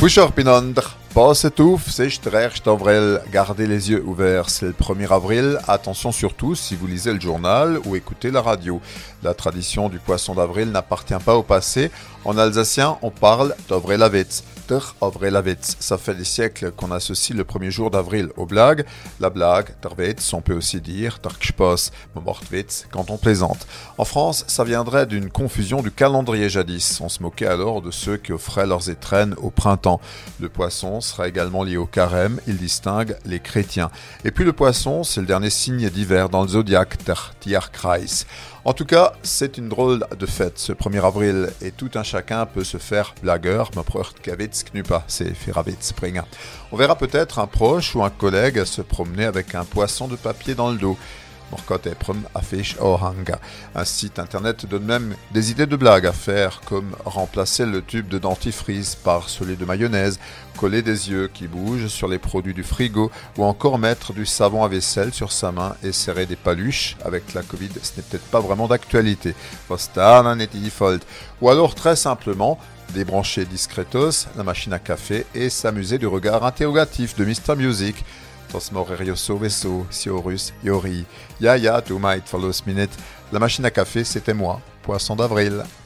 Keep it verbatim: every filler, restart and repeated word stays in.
Foucher Pinondre, pas s'étouffe, c'est erste avril. Gardez les yeux ouverts, c'est le premier avril. Attention surtout si vous lisez le journal ou écoutez la radio. La tradition du poisson d'avril n'appartient pas au passé. En alsacien, on parle d'Avrilavitz. Der Avrilavitz. Ça fait des siècles qu'on associe le premier jour d'avril aux blagues. La blague, der Witz, on peut aussi dire der Gspass, Mordwitz, quand on plaisante. En France, ça viendrait d'une confusion du calendrier jadis. On se moquait alors de ceux qui offraient leurs étrennes au printemps. Le poisson sera également lié au carême, il distingue les chrétiens. Et puis le poisson, c'est le dernier signe d'hiver dans le zodiaque, der Tierkreis. En tout cas, c'est une drôle de fête ce premier avril et tout un chacun peut se faire blagueur, me Kavitz Knupa, c'est Firavitz Springer. On verra peut-être un proche ou un collègue se promener avec un poisson de papier dans le dos. Un site internet donne même des idées de blagues à faire, comme remplacer le tube de dentifrice par celui de mayonnaise, coller des yeux qui bougent sur les produits du frigo, ou encore mettre du savon à vaisselle sur sa main et serrer des paluches. Avec la Covid, ce n'est peut-être pas vraiment d'actualité. Ou alors très simplement, débrancher discretos la machine à café et s'amuser du regard interrogatif de mister Music. Tosmorerioso Veso, Siorus, Yori, Ya Ya, Tu Might for Minute. La machine à café, c'était moi, poisson d'avril.